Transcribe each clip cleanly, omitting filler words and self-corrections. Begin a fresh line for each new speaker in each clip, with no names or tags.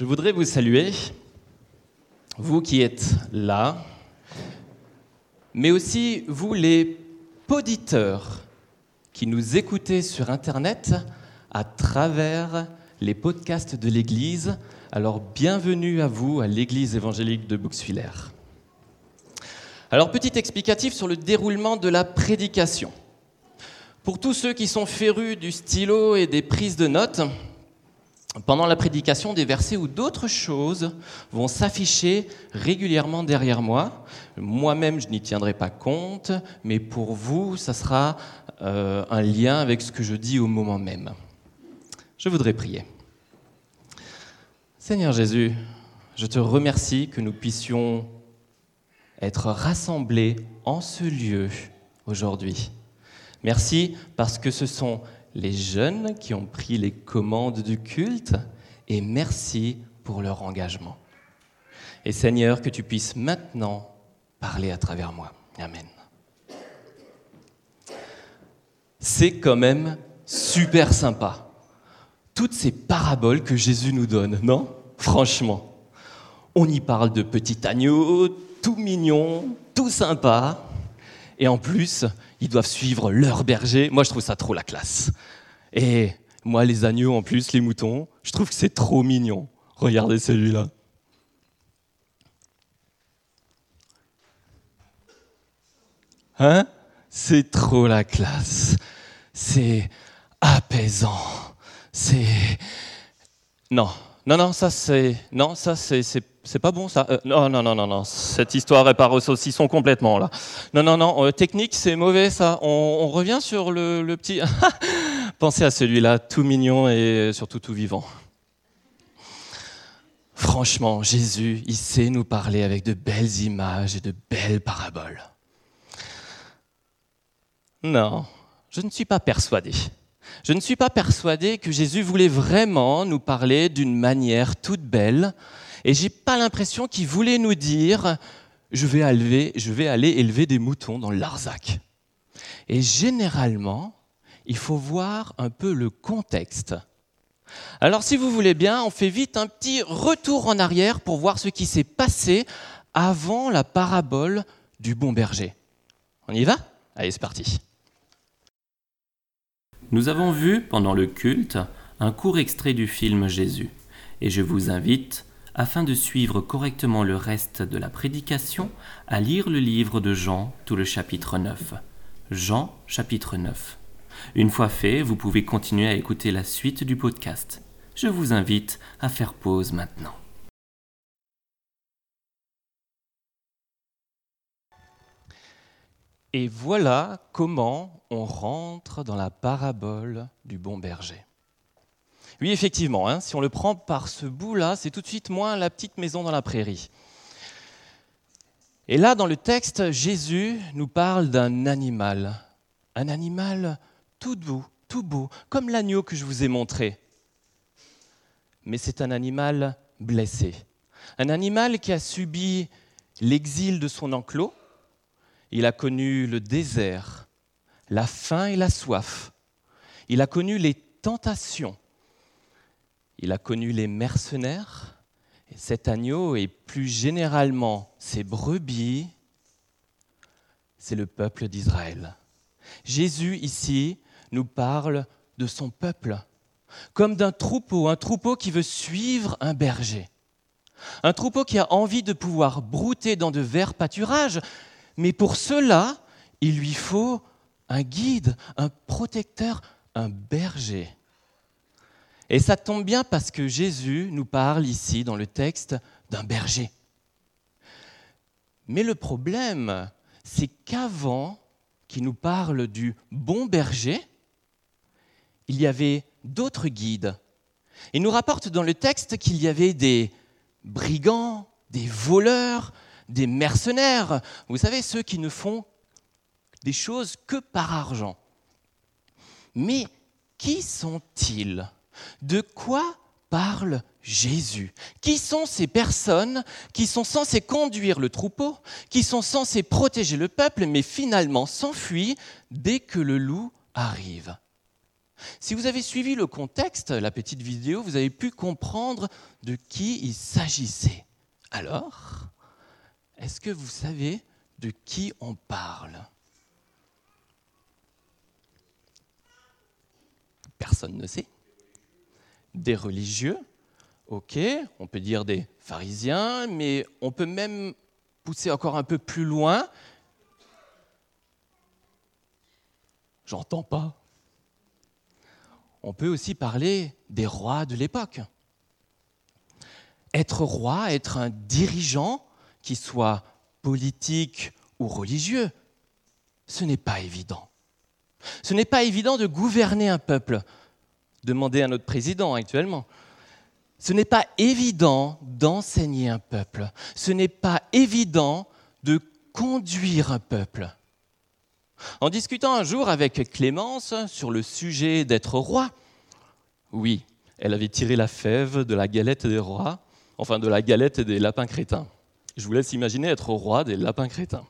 Je voudrais vous saluer, vous qui êtes là, mais aussi vous les poditeurs qui nous écoutez sur Internet à travers les podcasts de l'Église. Alors bienvenue à vous à l'Église évangélique de Bouxwiller. Alors petit explicatif sur le déroulement de la prédication. Pour tous ceux qui sont férus du stylo et des prises de notes, pendant la prédication, des versets ou d'autres choses vont s'afficher régulièrement derrière moi. Moi-même, je n'y tiendrai pas compte, mais pour vous, ça sera un lien avec ce que je dis au moment même. Je voudrais prier. Seigneur Jésus, je te remercie que nous puissions être rassemblés en ce lieu aujourd'hui. Merci parce que ce sont les jeunes qui ont pris les commandes du culte, et merci pour leur engagement. Et Seigneur, que tu puisses maintenant parler à travers moi. Amen. C'est quand même super sympa. Toutes ces paraboles que Jésus nous donne, non ? Franchement. On y parle de petits agneaux, tout mignons, tout sympa. Et en plus, ils doivent suivre leur berger. Moi, je trouve ça trop la classe. Et moi, les agneaux, en plus, les moutons, je trouve que c'est trop mignon. Regardez celui-là. Hein ? C'est trop la classe. C'est apaisant. C'est... Non, ça c'est pas bon ça. Non, cette histoire est par saucisson complètement là. Non, technique c'est mauvais ça. On revient sur le petit... Pensez à celui-là, tout mignon et surtout tout vivant. Franchement, Jésus, il sait nous parler avec de belles images et de belles paraboles. Non, je ne suis pas persuadé. Je ne suis pas persuadé que Jésus voulait vraiment nous parler d'une manière toute belle, et j'ai pas l'impression qu'il voulait nous dire « je vais aller élever des moutons dans le Larzac ». Et généralement, il faut voir un peu le contexte. Alors si vous voulez bien, on fait vite un petit retour en arrière pour voir ce qui s'est passé avant la parabole du bon berger. On y va ? Allez, c'est parti.
Nous avons vu pendant le culte un court extrait du film Jésus, et je vous invite, afin de suivre correctement le reste de la prédication, à lire le livre de Jean, tout le chapitre 9. Jean, chapitre 9. Une fois fait, vous pouvez continuer à écouter la suite du podcast. Je vous invite à faire pause maintenant.
Et voilà comment on rentre dans la parabole du bon berger. Oui, effectivement, si on le prend par ce bout-là, c'est tout de suite moins la petite maison dans la prairie. Et là, dans le texte, Jésus nous parle d'un animal. Un animal tout doux, tout beau, comme l'agneau que je vous ai montré. Mais c'est un animal blessé. Un animal qui a subi l'exil de son enclos. Il a connu le désert, la faim et la soif. Il a connu les tentations. Il a connu les mercenaires. Et cet agneau, et plus généralement ses brebis, c'est le peuple d'Israël. Jésus, ici, nous parle de son peuple, comme d'un troupeau, un troupeau qui veut suivre un berger. Un troupeau qui a envie de pouvoir brouter dans de verts pâturages, mais pour cela, il lui faut un guide, un protecteur, un berger. Et ça tombe bien parce que Jésus nous parle ici, dans le texte, d'un berger. Mais le problème, c'est qu'avant qu'il nous parle du bon berger, il y avait d'autres guides. Il nous rapporte dans le texte qu'il y avait des brigands, des voleurs, des mercenaires, vous savez, ceux qui ne font des choses que par argent. Mais qui sont-ils ? De quoi parle Jésus ? Qui sont ces personnes qui sont censées conduire le troupeau, qui sont censées protéger le peuple, mais finalement s'enfuient dès que le loup arrive ? Si vous avez suivi le contexte, la petite vidéo, vous avez pu comprendre de qui il s'agissait. Alors, est-ce que vous savez de qui on parle ? Personne ne sait. Des religieux, ok, on peut dire des pharisiens, mais on peut même pousser encore un peu plus loin. J'entends pas. On peut aussi parler des rois de l'époque. Être roi, être un dirigeant, qui soit politique ou religieux, ce n'est pas évident. Ce n'est pas évident de gouverner un peuple. Demandez à notre président actuellement. Ce n'est pas évident d'enseigner un peuple. Ce n'est pas évident de conduire un peuple. En discutant un jour avec Clémence sur le sujet d'être roi, oui, elle avait tiré la fève de la galette des rois, enfin de la galette des lapins crétins. Je vous laisse imaginer être roi des lapins crétins.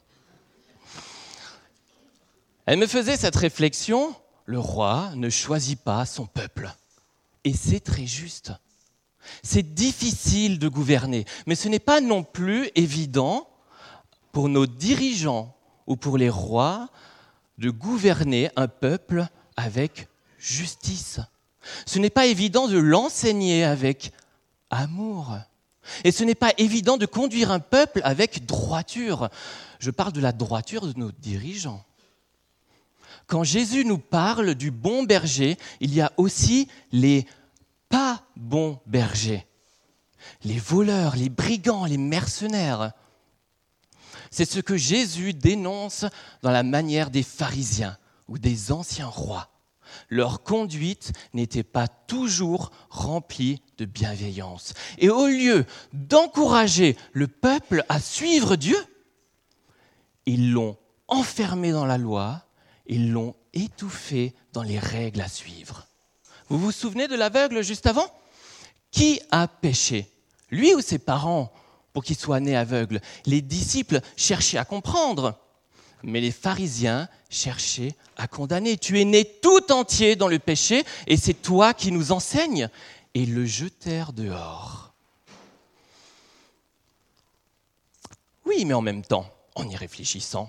Elle me faisait cette réflexion, le roi ne choisit pas son peuple. Et c'est très juste. C'est difficile de gouverner, mais ce n'est pas non plus évident pour nos dirigeants ou pour les rois de gouverner un peuple avec justice. Ce n'est pas évident de l'enseigner avec amour. Et ce n'est pas évident de conduire un peuple avec droiture. Je parle de la droiture de nos dirigeants. Quand Jésus nous parle du bon berger, il y a aussi les pas bons bergers. Les voleurs, les brigands, les mercenaires. C'est ce que Jésus dénonce dans la manière des pharisiens ou des anciens rois. Leur conduite n'était pas toujours remplie de bienveillance. Et au lieu d'encourager le peuple à suivre Dieu, ils l'ont enfermé dans la loi, ils l'ont étouffé dans les règles à suivre. Vous vous souvenez de l'aveugle juste avant ? Qui a péché ? Lui ou ses parents pour qu'il soit né aveugle ? Les disciples cherchaient à comprendre, mais les pharisiens cherchaient à condamner. Tu es né tout entier dans le péché et c'est toi qui nous enseignes. Et le jetèrent dehors. Oui, mais en même temps, en y réfléchissant,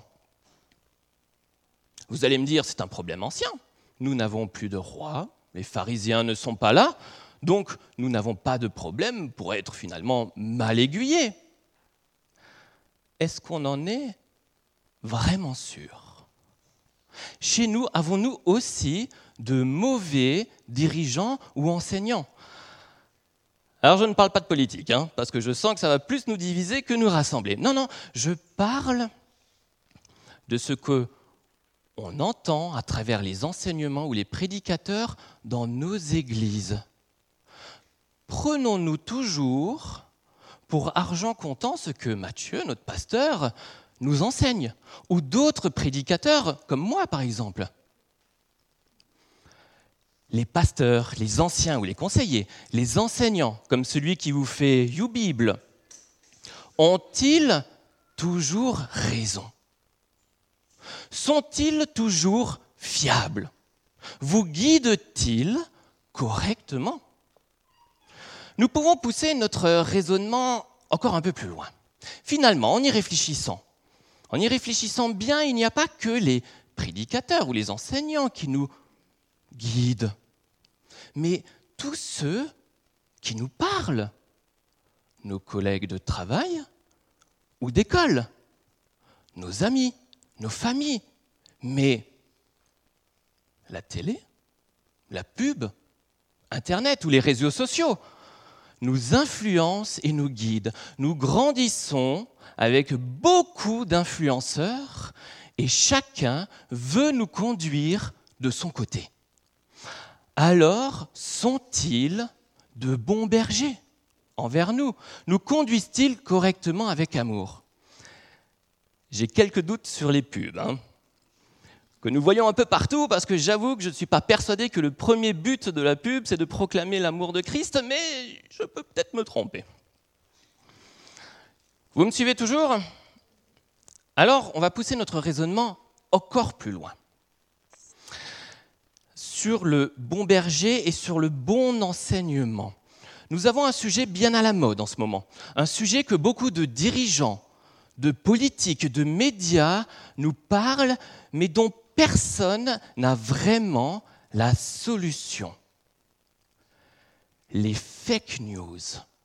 vous allez me dire, c'est un problème ancien. Nous n'avons plus de roi, les pharisiens ne sont pas là, donc nous n'avons pas de problème pour être finalement mal aiguillés. Est-ce qu'on en est vraiment sûr ? Chez nous, avons-nous aussi de mauvais dirigeants ou enseignants ? Alors je ne parle pas de politique, parce que je sens que ça va plus nous diviser que nous rassembler. Non, je parle de ce qu'on entend à travers les enseignements ou les prédicateurs dans nos églises. Prenons-nous toujours pour argent comptant ce que Matthieu, notre pasteur, nous enseigne, ou d'autres prédicateurs, comme moi par exemple. Les pasteurs, les anciens ou les conseillers, les enseignants, comme celui qui vous fait YouBible, ont-ils toujours raison ? Sont-ils toujours fiables ? Vous guident-ils correctement ? Nous pouvons pousser notre raisonnement encore un peu plus loin. Finalement, en y réfléchissant bien, il n'y a pas que les prédicateurs ou les enseignants qui nous guident, mais tous ceux qui nous parlent, nos collègues de travail ou d'école, nos amis, nos familles, mais la télé, la pub, Internet ou les réseaux sociaux nous influencent et nous guident. Nous grandissons avec beaucoup d'influenceurs et chacun veut nous conduire de son côté. Alors, sont-ils de bons bergers envers nous ? Nous conduisent-ils correctement avec amour ? J'ai quelques doutes sur les pubs, que nous voyons un peu partout, parce que j'avoue que je ne suis pas persuadé que le premier but de la pub, c'est de proclamer l'amour de Christ, mais je peux peut-être me tromper. Vous me suivez toujours ? Alors, on va pousser notre raisonnement encore plus loin. sur le bon berger et sur le bon enseignement. Nous avons un sujet bien à la mode en ce moment, un sujet que beaucoup de dirigeants, de politiques, de médias nous parlent, mais dont personne n'a vraiment la solution. Les fake news,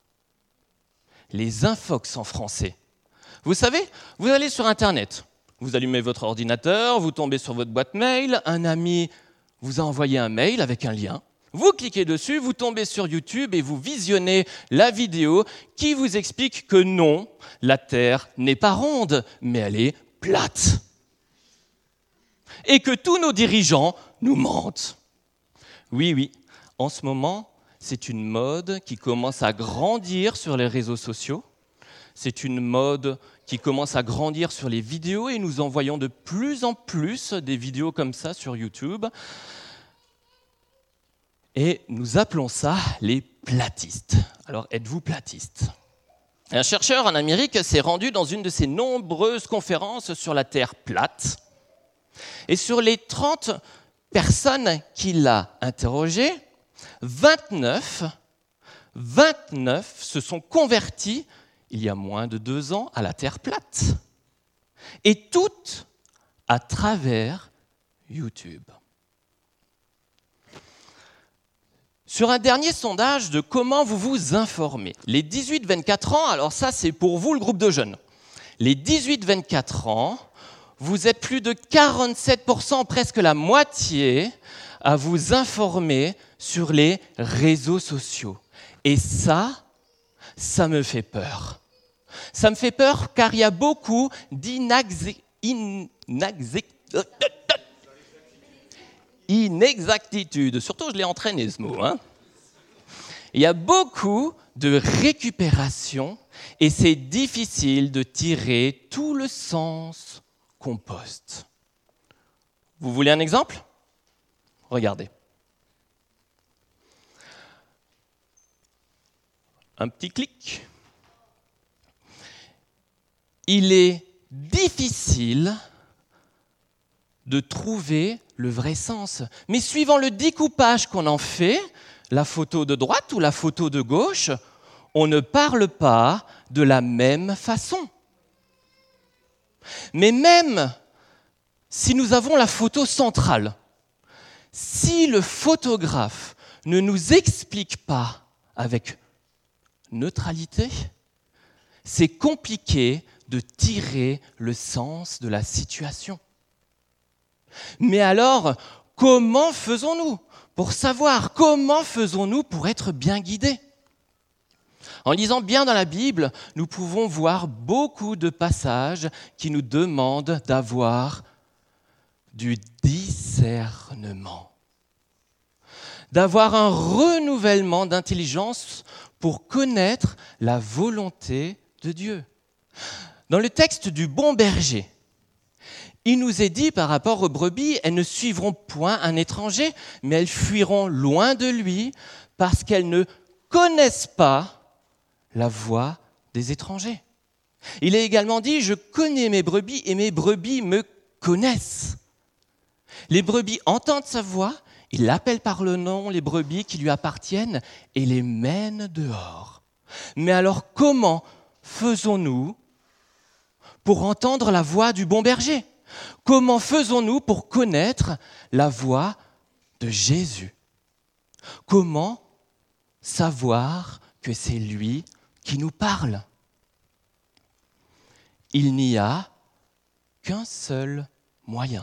les infox en français. Vous savez, vous allez sur Internet, vous allumez votre ordinateur, vous tombez sur votre boîte mail, un ami vous a envoyé un mail avec un lien, vous cliquez dessus, vous tombez sur YouTube et vous visionnez la vidéo qui vous explique que non, la Terre n'est pas ronde, mais elle est plate. Et que tous nos dirigeants nous mentent. Oui, en ce moment, c'est une mode qui commence à grandir sur les réseaux sociaux. C'est une mode qui commence à grandir sur les vidéos et nous en voyons de plus en plus des vidéos comme ça sur YouTube. Et nous appelons ça les platistes. Alors, êtes-vous platiste ? Un chercheur en Amérique s'est rendu dans une de ses nombreuses conférences sur la Terre plate. Et sur les 30 personnes qu'il a interrogées, 29 se sont convertis il y a moins de 2 ans à la Terre plate. Et toutes à travers YouTube. Sur un dernier sondage de comment vous vous informez, les 18-24 ans, alors ça c'est pour vous le groupe de jeunes, les 18-24 ans, vous êtes plus de 47%, presque la moitié, à vous informer sur les réseaux sociaux. Et ça me fait peur. Ça me fait peur car il y a beaucoup inexactitudes. Surtout, je l'ai entraîné ce mot. Il y a beaucoup de récupération et c'est difficile de tirer tout le sens qu'on poste. Vous voulez un exemple ? Regardez. Un petit clic. Il est difficile de trouver le vrai sens. Mais suivant le découpage qu'on en fait, la photo de droite ou la photo de gauche, on ne parle pas de la même façon. Mais même si nous avons la photo centrale, si le photographe ne nous explique pas avec neutralité, c'est compliqué de tirer le sens de la situation. Mais alors, comment faisons-nous pour savoir? Comment faisons-nous pour être bien guidés? En lisant bien dans la Bible, nous pouvons voir beaucoup de passages qui nous demandent d'avoir du discernement, d'avoir un renouvellement d'intelligence pour connaître la volonté de Dieu. Dans le texte du bon berger, il nous est dit par rapport aux brebis, elles ne suivront point un étranger, mais elles fuiront loin de lui parce qu'elles ne connaissent pas la voix des étrangers. Il est également dit, je connais mes brebis et mes brebis me connaissent. Les brebis entendent sa voix, il l'appelle par le nom, les brebis qui lui appartiennent, et les mène dehors. Mais alors comment faisons-nous pour entendre la voix du bon berger? Comment faisons-nous pour connaître la voix de Jésus? Comment savoir que c'est lui qui nous parle? Il n'y a qu'un seul moyen.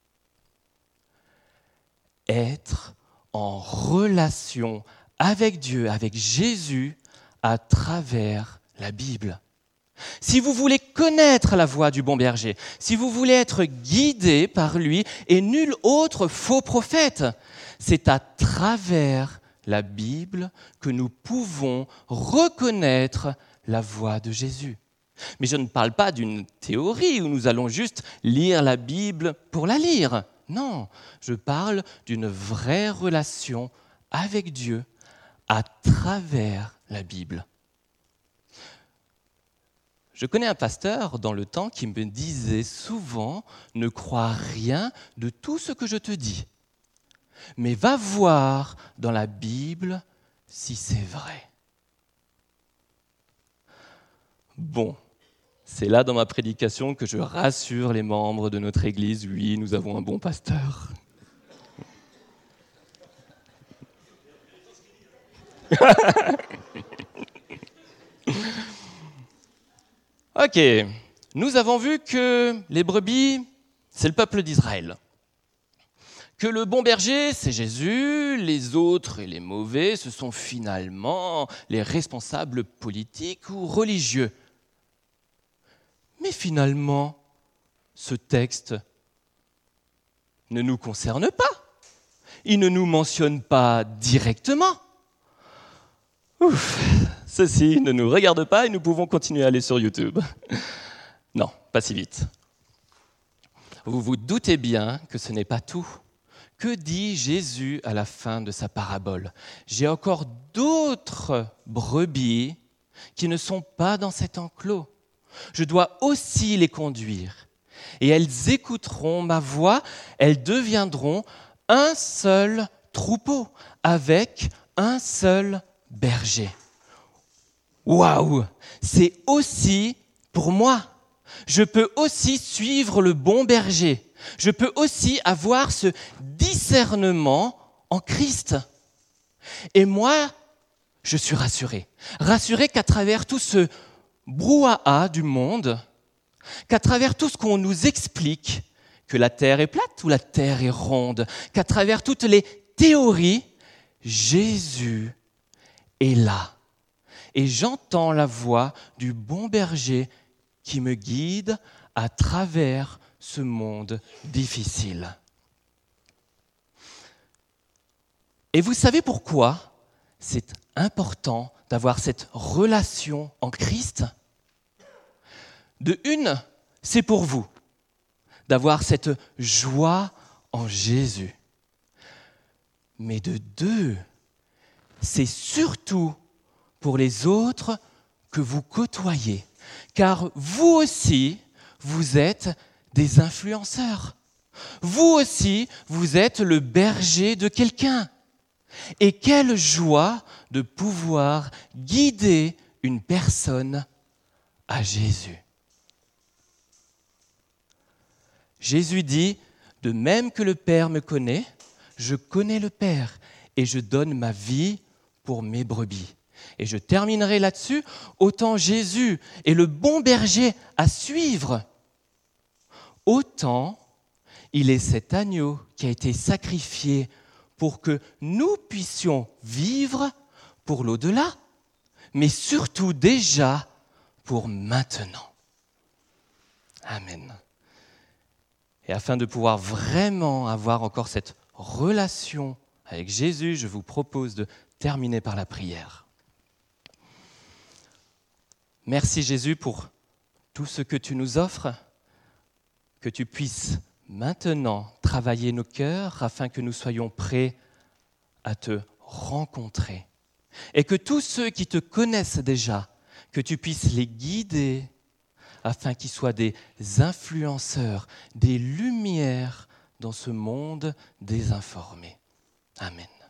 Être en relation avec Dieu, avec Jésus, à travers la Bible. Si vous voulez connaître la voix du bon berger, si vous voulez être guidé par lui et nul autre faux prophète, c'est à travers la Bible que nous pouvons reconnaître la voix de Jésus. Mais je ne parle pas d'une théorie où nous allons juste lire la Bible pour la lire. Non, je parle d'une vraie relation avec Dieu à travers la Bible. Je connais un pasteur dans le temps qui me disait souvent « Ne crois rien de tout ce que je te dis ». mais va voir dans la Bible si c'est vrai. Bon, c'est là dans ma prédication que je rassure les membres de notre Église. Oui, nous avons un bon pasteur. Ok, nous avons vu que les brebis, c'est le peuple d'Israël. Que le bon berger, c'est Jésus, les autres et les mauvais, ce sont finalement les responsables politiques ou religieux. Mais finalement, ce texte ne nous concerne pas. Il ne nous mentionne pas directement. Ouf, ceci ne nous regarde pas et nous pouvons continuer à aller sur YouTube. Non, pas si vite. Vous vous doutez bien que ce n'est pas tout. Que dit Jésus à la fin de sa parabole ? J'ai encore d'autres brebis qui ne sont pas dans cet enclos. Je dois aussi les conduire. Et elles écouteront ma voix, elles deviendront un seul troupeau avec un seul berger. Waouh ! C'est aussi pour moi. Je peux aussi suivre le bon berger. Je peux aussi avoir ce discernement en Christ. Et moi, je suis rassuré. Rassuré qu'à travers tout ce brouhaha du monde, qu'à travers tout ce qu'on nous explique, que la terre est plate ou la terre est ronde, qu'à travers toutes les théories, Jésus est là. Et j'entends la voix du bon berger qui me guide à travers ce monde difficile. Et vous savez pourquoi c'est important d'avoir cette relation en Christ ? De une, c'est pour vous, d'avoir cette joie en Jésus. Mais de deux, c'est surtout pour les autres que vous côtoyez. Car vous aussi, vous êtes des influenceurs. Vous aussi, vous êtes le berger de quelqu'un. Et quelle joie de pouvoir guider une personne à Jésus. Jésus dit, de même que le Père me connaît, je connais le Père et je donne ma vie pour mes brebis. Et je terminerai là-dessus, autant Jésus est le bon berger à suivre, autant il est cet agneau qui a été sacrifié pour que nous puissions vivre pour l'au-delà, mais surtout déjà pour maintenant. Amen. Et afin de pouvoir vraiment avoir encore cette relation avec Jésus, je vous propose de terminer par la prière. Merci Jésus pour tout ce que tu nous offres, que tu puisses maintenant travailler nos cœurs afin que nous soyons prêts à te rencontrer. Et que tous ceux qui te connaissent déjà, que tu puisses les guider afin qu'ils soient des influenceurs, des lumières dans ce monde désinformé. Amen.